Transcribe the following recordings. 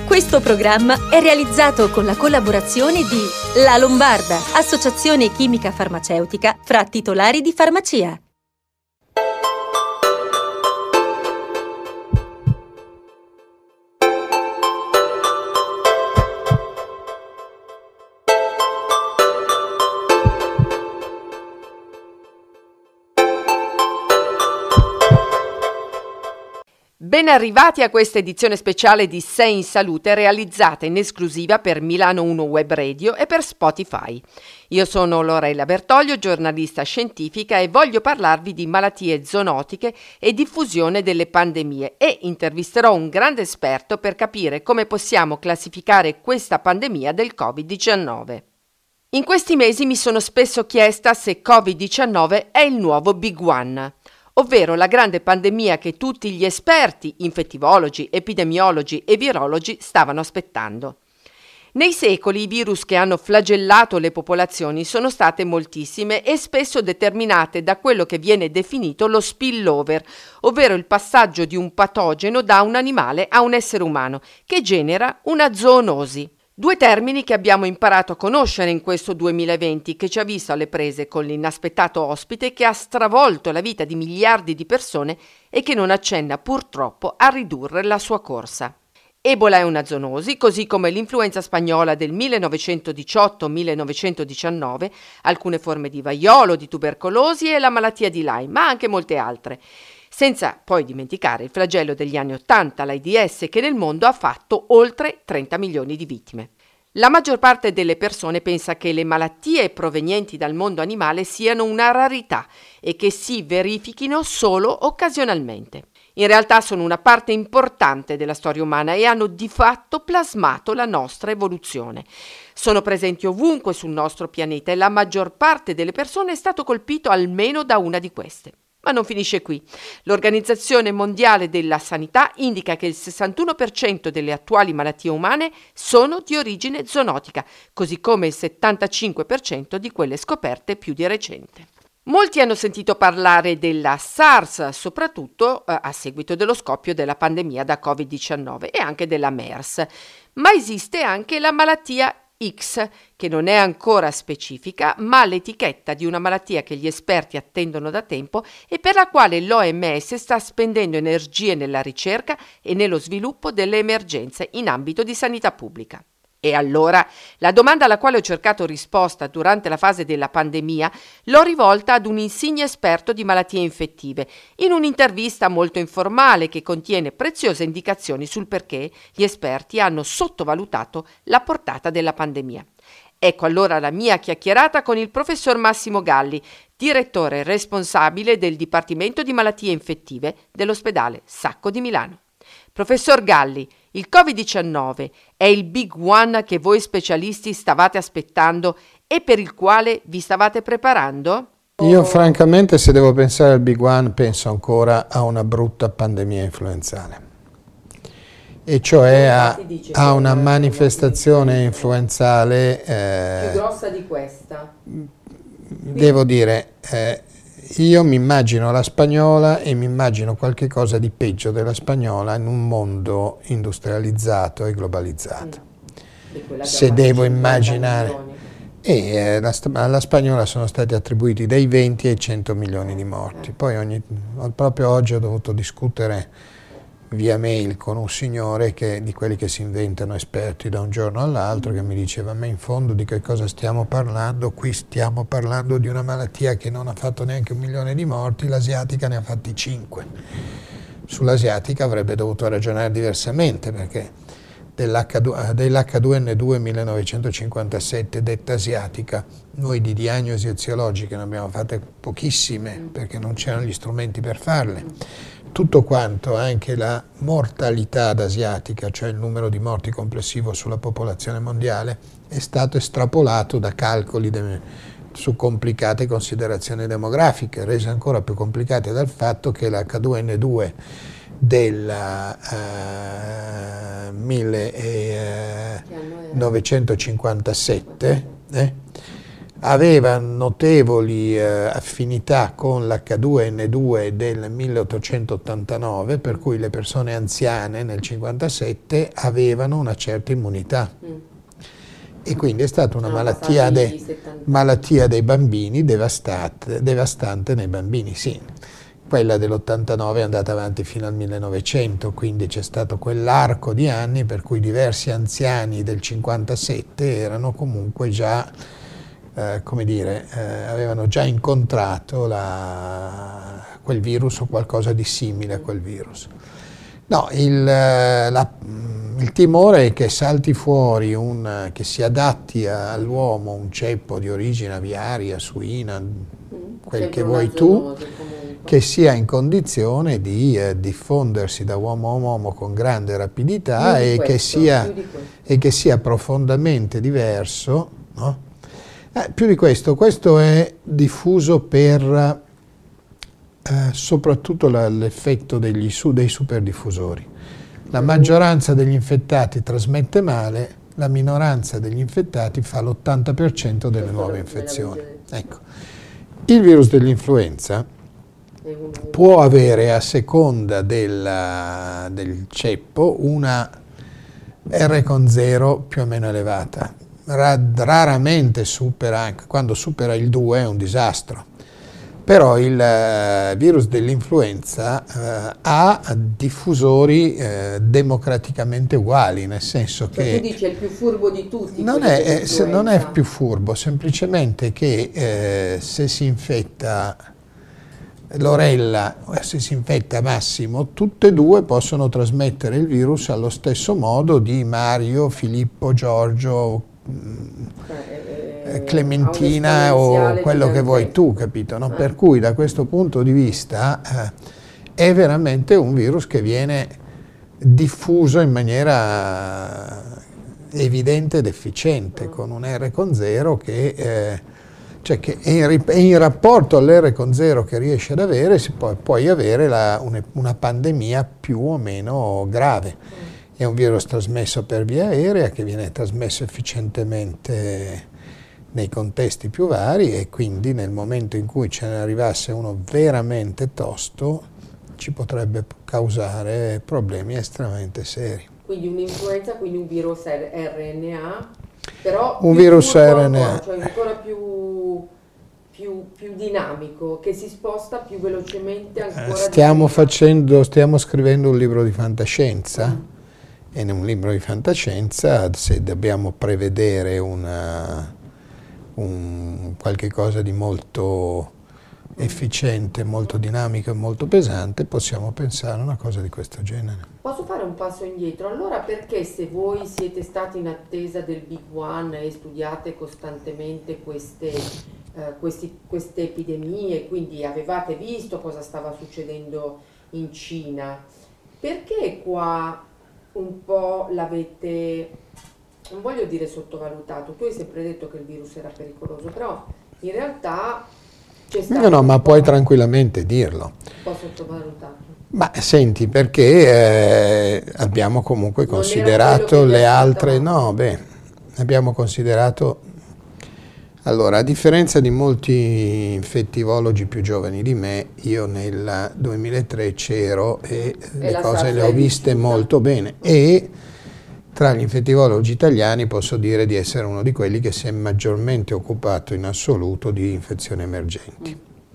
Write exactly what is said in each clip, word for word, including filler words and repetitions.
Questo programma è realizzato con la collaborazione di La Lombarda, associazione chimica farmaceutica fra titolari di farmacia. Ben arrivati a questa edizione speciale di Sei in Salute, realizzata in esclusiva per Milano uno Web Radio e per Spotify. Io sono Lorella Bertoglio, giornalista scientifica, e voglio parlarvi di malattie zoonotiche e diffusione delle pandemie, e intervisterò un grande esperto per capire come possiamo classificare questa pandemia del covid diciannove. In questi mesi mi sono spesso chiesta se covid diciannove è il nuovo Big One, ovvero la grande pandemia che tutti gli esperti, infettivologi, epidemiologi e virologi stavano aspettando. Nei secoli i virus che hanno flagellato le popolazioni sono state moltissime e spesso determinate da quello che viene definito lo spillover, ovvero il passaggio di un patogeno da un animale a un essere umano, che genera una zoonosi. Due termini che abbiamo imparato a conoscere in questo duemilaventi, che ci ha visto alle prese con l'inaspettato ospite che ha stravolto la vita di miliardi di persone e che non accenna purtroppo a ridurre la sua corsa. Ebola è una zoonosi, così come l'influenza spagnola del millenovecentodiciotto millenovecentodiciannove, alcune forme di vaiolo, di tubercolosi e la malattia di Lyme, ma anche molte altre. Senza poi dimenticare il flagello degli anni Ottanta, l'AIDS, che nel mondo ha fatto oltre trenta milioni di vittime. La maggior parte delle persone pensa che le malattie provenienti dal mondo animale siano una rarità e che si verifichino solo occasionalmente. In realtà sono una parte importante della storia umana e hanno di fatto plasmato la nostra evoluzione. Sono presenti ovunque sul nostro pianeta e la maggior parte delle persone è stato colpito almeno da una di queste. Ma non finisce qui. L'Organizzazione Mondiale della Sanità indica che il sessantuno per cento delle attuali malattie umane sono di origine zoonotica, così come il settantacinque per cento di quelle scoperte più di recente. Molti hanno sentito parlare della SARS, soprattutto eh, a seguito dello scoppio della pandemia da covid diciannove, e anche della MERS, ma esiste anche la malattia X, che non è ancora specifica, ma l'etichetta di una malattia che gli esperti attendono da tempo e per la quale l'O M S sta spendendo energie nella ricerca e nello sviluppo delle emergenze in ambito di sanità pubblica. E allora, la domanda alla quale ho cercato risposta durante la fase della pandemia l'ho rivolta ad un insigne esperto di malattie infettive, in un'intervista molto informale che contiene preziose indicazioni sul perché gli esperti hanno sottovalutato la portata della pandemia. Ecco allora la mia chiacchierata con il professor Massimo Galli, direttore responsabile del Dipartimento di Malattie Infettive dell'ospedale Sacco di Milano. Professor Galli, il covid diciannove è il Big One che voi specialisti stavate aspettando e per il quale vi stavate preparando? Io francamente, se devo pensare al Big One, penso ancora a una brutta pandemia influenzale, e cioè a, a una manifestazione influenzale eh, più grossa di questa. Devo dire, eh, io mi immagino la spagnola e mi immagino qualche cosa di peggio della spagnola in un mondo industrializzato e globalizzato. Mm. Se devo immaginare, e eh, la, alla spagnola sono stati attribuiti dai venti ai cento milioni di morti. Poi ogni, proprio oggi ho dovuto discutere via mail con un signore che, di quelli che si inventano esperti da un giorno all'altro, che mi diceva: ma in fondo di che cosa stiamo parlando? Qui stiamo parlando di una malattia che non ha fatto neanche un milione di morti, l'asiatica ne ha fatti cinque. Sull'asiatica avrebbe dovuto ragionare diversamente, perché dell'H due N due millenovecentocinquantasette, detta asiatica, noi di diagnosi eziologiche ne abbiamo fatte pochissime, perché non c'erano gli strumenti per farle. Tutto quanto, anche la mortalità asiatica, cioè il numero di morti complessivo sulla popolazione mondiale, è stato estrapolato da calcoli de, su complicate considerazioni demografiche, rese ancora più complicate dal fatto che l'H due N due del uh, millenovecentocinquantasette eh, aveva notevoli eh, affinità con l'H due N due del milleottocentottantanove, per cui le persone anziane nel cinquantasette avevano una certa immunità. Mm. E quindi è stata una malattia, de, malattia dei bambini devastante, devastante nei bambini, sì. Quella dell'ottantanove è andata avanti fino al millenovecento, quindi c'è stato quell'arco di anni per cui diversi anziani del cinquantasette erano comunque già, eh, come dire, eh, avevano già incontrato la, quel virus o qualcosa di simile a quel virus. No, il, la, il timore è che salti fuori, un, che si adatti all'uomo un ceppo di origine aviaria, suina, quel Sempre che vuoi tu, che sia in condizione di eh, diffondersi da uomo a uomo con grande rapidità e, questo, che sia, e che sia profondamente diverso. No? Eh, più di questo, questo è diffuso per eh, soprattutto l'effetto degli su, dei superdiffusori. La maggioranza degli infettati trasmette male, la minoranza degli infettati fa l'ottanta per cento delle nuove infezioni. Ecco. Il virus dell'influenza può avere, a seconda del, del ceppo, una R con zero più o meno elevata. Raramente supera, anche quando supera il due è un disastro. Però il uh, virus dell'influenza uh, ha diffusori uh, democraticamente uguali, nel senso cioè, che... Tu dici è il più furbo di tutti. Non è, è, se non è più furbo, semplicemente che eh, se si infetta l'orella, se si infetta Massimo, tutte e due possono trasmettere il virus allo stesso modo di Mario, Filippo, Giorgio, eh, Clementina o quello che vuoi tu, capito? No? Eh. Per cui da questo punto di vista eh, è veramente un virus che viene diffuso in maniera evidente ed efficiente, mm. con un R con zero che... Eh, cioè che è in, è in rapporto all'R con zero che riesce ad avere, si può poi avere la, una, una pandemia più o meno grave. Mm. È un virus trasmesso per via aerea che viene trasmesso efficientemente nei contesti più vari e quindi nel momento in cui ce ne arrivasse uno veramente tosto ci potrebbe causare problemi estremamente seri. Quindi un'influenza, quindi un virus R N A, però un virus R N A, ancora, cioè ancora più, più, più dinamico, che si sposta più velocemente ancora. Stiamo facendo, stiamo scrivendo un libro di fantascienza. Mm. E in un libro di fantascienza, se dobbiamo prevedere una, un, qualche cosa di molto efficiente, molto dinamico e molto pesante, possiamo pensare a una cosa di questo genere. Posso fare un passo indietro? Allora perché se voi siete stati in attesa del Big One e studiate costantemente queste, eh, questi, queste epidemie, quindi avevate visto cosa stava succedendo in Cina, perché qua un po' l'avete, non voglio dire sottovalutato, tu hai sempre detto che il virus era pericoloso, però in realtà c'è stato... No, no, ma puoi tranquillamente dirlo. Un po' sottovalutato. Ma senti, perché eh, abbiamo comunque non considerato le altre... No, beh, abbiamo considerato... Allora, a differenza di molti infettivologi più giovani di me, io nel duemilatré c'ero e, e le cose le ho viste molto bene. E tra gli infettivologi italiani posso dire di essere uno di quelli che si è maggiormente occupato in assoluto di infezioni emergenti.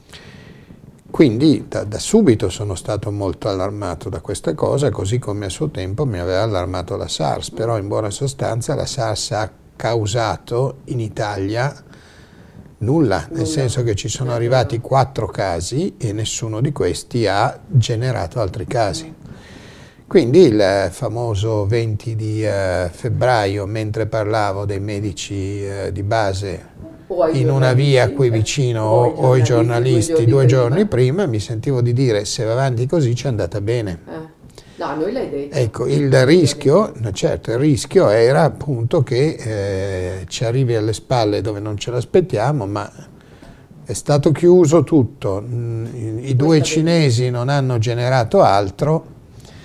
Quindi da, da subito sono stato molto allarmato da questa cosa, così come a suo tempo mi aveva allarmato la SARS, però in buona sostanza la SARS ha causato in Italia nulla, nel senso che ci sono arrivati quattro casi e nessuno di questi ha generato altri casi. Quindi il famoso venti di uh, febbraio, mentre parlavo dei medici uh, di base in una via qui vicino o, o i giornalisti due giorni prima, mi sentivo di dire se va avanti così ci è andata bene. Eh. No, noi l'hai detto. Ecco, il rischio, no, certo, il rischio era appunto che eh, ci arrivi alle spalle dove non ce l'aspettiamo, ma è stato chiuso tutto, i due cinesi non hanno generato altro,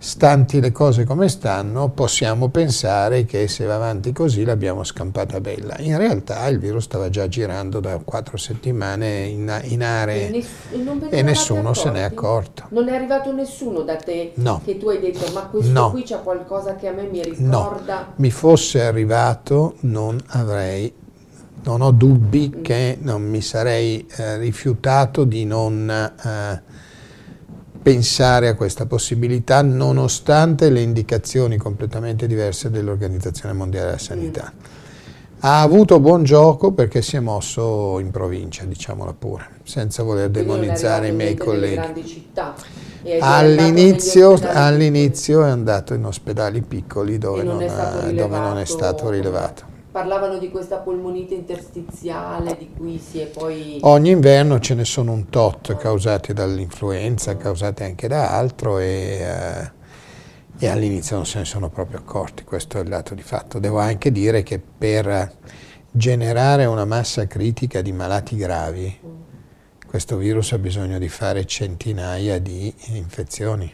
stanti le cose come stanno, possiamo pensare che se va avanti così l'abbiamo scampata bella. In realtà il virus stava già girando da quattro settimane in, in aree e, ness- e, e nessuno se n'è accorto. Non è arrivato nessuno da te no. che tu hai detto ma questo no. qui c'ha qualcosa che a me mi ricorda? No, mi fosse arrivato non avrei, non ho dubbi mm. che non mi sarei eh, rifiutato di non eh, pensare a questa possibilità, nonostante le indicazioni completamente diverse dell'Organizzazione Mondiale della Sanità. Mm. Ha avuto buon gioco perché si è mosso in provincia, diciamola pure, senza voler demonizzare i miei colleghi. Grandi città. All'inizio, all'inizio è andato in ospedali piccoli dove non, non, è dove non è stato rilevato. Parlavano di questa polmonite interstiziale di cui si è poi... Ogni inverno ce ne sono un tot causati dall'influenza, causati anche da altro e, eh, e all'inizio non se ne sono proprio accorti, questo è il dato di fatto. Devo anche dire che per generare una massa critica di malati gravi, questo virus ha bisogno di fare centinaia di infezioni.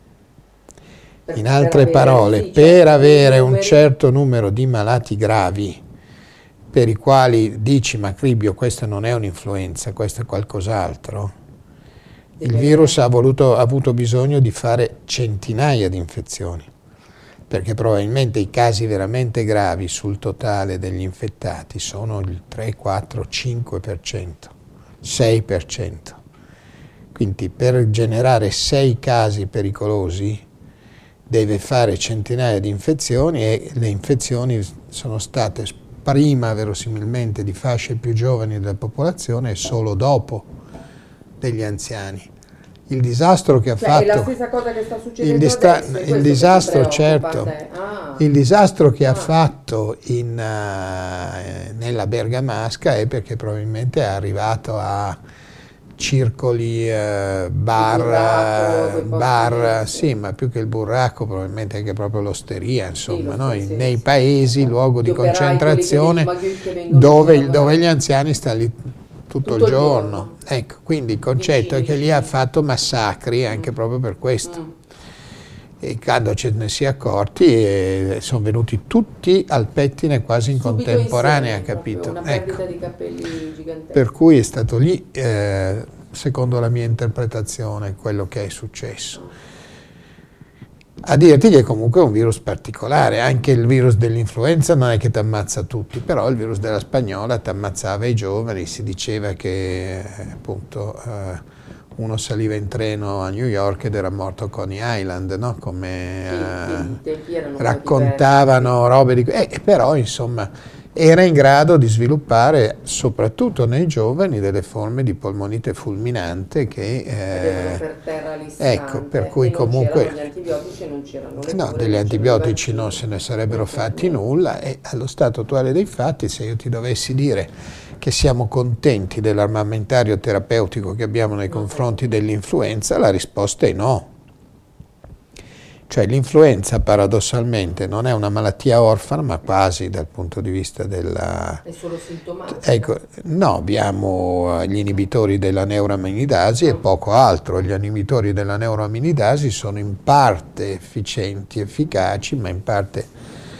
In altre parole, per avere un certo numero di malati gravi, per i quali dici, ma Cribbio, questa non è un'influenza, questo è qualcos'altro, il virus ha, voluto, ha avuto bisogno di fare centinaia di infezioni, perché probabilmente i casi veramente gravi sul totale degli infettati sono il tre, quattro, cinque per cento, sei per cento. Quindi per generare sei casi pericolosi deve fare centinaia di infezioni e le infezioni sono state prima verosimilmente di fasce più giovani della popolazione e solo dopo degli anziani. Il disastro che ha cioè, fatto... È la stessa cosa che sta succedendo il, distra- adesso, il disastro, certo, ah. il disastro che ah. ha fatto in, uh, nella Bergamasca è perché probabilmente è arrivato a circoli, uh, bar, burraco, bar sì, ma più che il burraco probabilmente anche proprio l'osteria, insomma, sì, no? sì, nei sì. paesi, luogo di concentrazione dove, dove gli anziani stanno lì tutto, tutto il giorno. giorno. Ecco, quindi il concetto vicini, è che lì ha fatto massacri anche mm. proprio per questo. Mm. E quando ce ne si è accorti eh, sono venuti tutti al pettine quasi in Subito contemporanea, insieme, capito? Una perdita ecco. di capelli gigantesca. Per cui è stato lì, eh, secondo la mia interpretazione, quello che è successo. A dirti che comunque è un virus particolare, anche il virus dell'influenza non è che ti ammazza tutti, però il virus della spagnola ti ammazzava i giovani, si diceva che eh, appunto eh, uno saliva in treno a New York ed era morto a Coney Island, no? Come eh, raccontavano robe di... Eh, però insomma era in grado di sviluppare soprattutto nei giovani delle forme di polmonite fulminante che... Eh, per terra l'istante, ecco, per cui comunque... Gli antibiotici e non c'erano le No, degli antibiotici non se ne sarebbero fatti nulla e allo stato attuale dei fatti, se io ti dovessi dire che siamo contenti dell'armamentario terapeutico che abbiamo nei confronti dell'influenza, la risposta è no. Cioè l'influenza paradossalmente non è una malattia orfana, ma quasi dal punto di vista della... È solo sintomatica? Ecco, no, abbiamo gli inibitori della neuraminidasi no. e poco altro. Gli inibitori della neuraminidasi sono in parte efficienti, efficaci, ma in parte,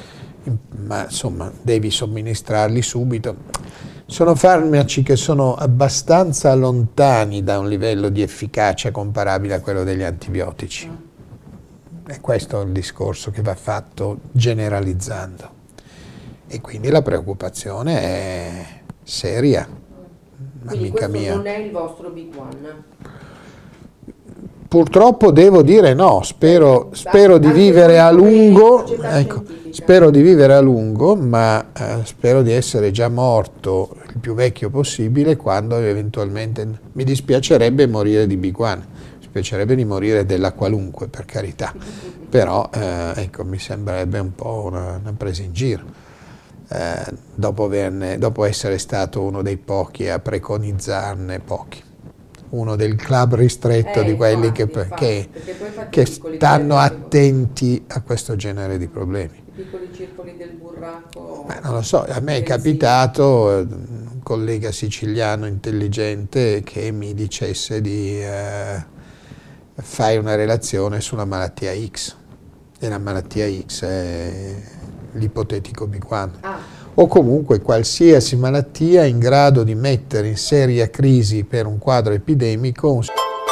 ma insomma, devi somministrarli subito. Sono farmaci che sono abbastanza lontani da un livello di efficacia comparabile a quello degli antibiotici. No. E questo è il discorso che va fatto generalizzando. E quindi la preoccupazione è seria, quindi amica mia. Non è il vostro big one? Purtroppo devo dire no, spero, spero di vivere a lungo, ecco, spero di vivere a lungo, ma eh, spero di essere già morto il più vecchio possibile quando eventualmente mi dispiacerebbe morire di big one. Piacerebbe di morire della qualunque, per carità, però eh, ecco, mi sembrerebbe un po' una, una presa in giro, eh, dopo, averne, dopo essere stato uno dei pochi a preconizzarne pochi, uno del club ristretto eh, di quelli infatti, che, infatti, che, che stanno attenti a questo genere di problemi. I piccoli circoli del burraco. Beh, non lo so, a me è capitato eh, un collega siciliano intelligente che mi dicesse di... Eh, fai una relazione sulla malattia X, e la malattia X è l'ipotetico Big One. Ah. O comunque qualsiasi malattia in grado di mettere in seria crisi per un quadro epidemico un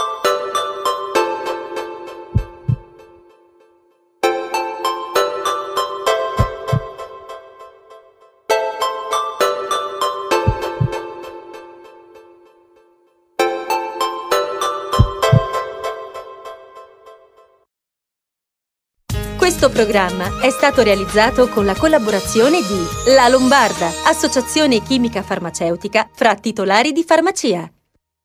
Questo programma è stato realizzato con la collaborazione di La Lombarda, associazione chimica farmaceutica fra titolari di farmacia.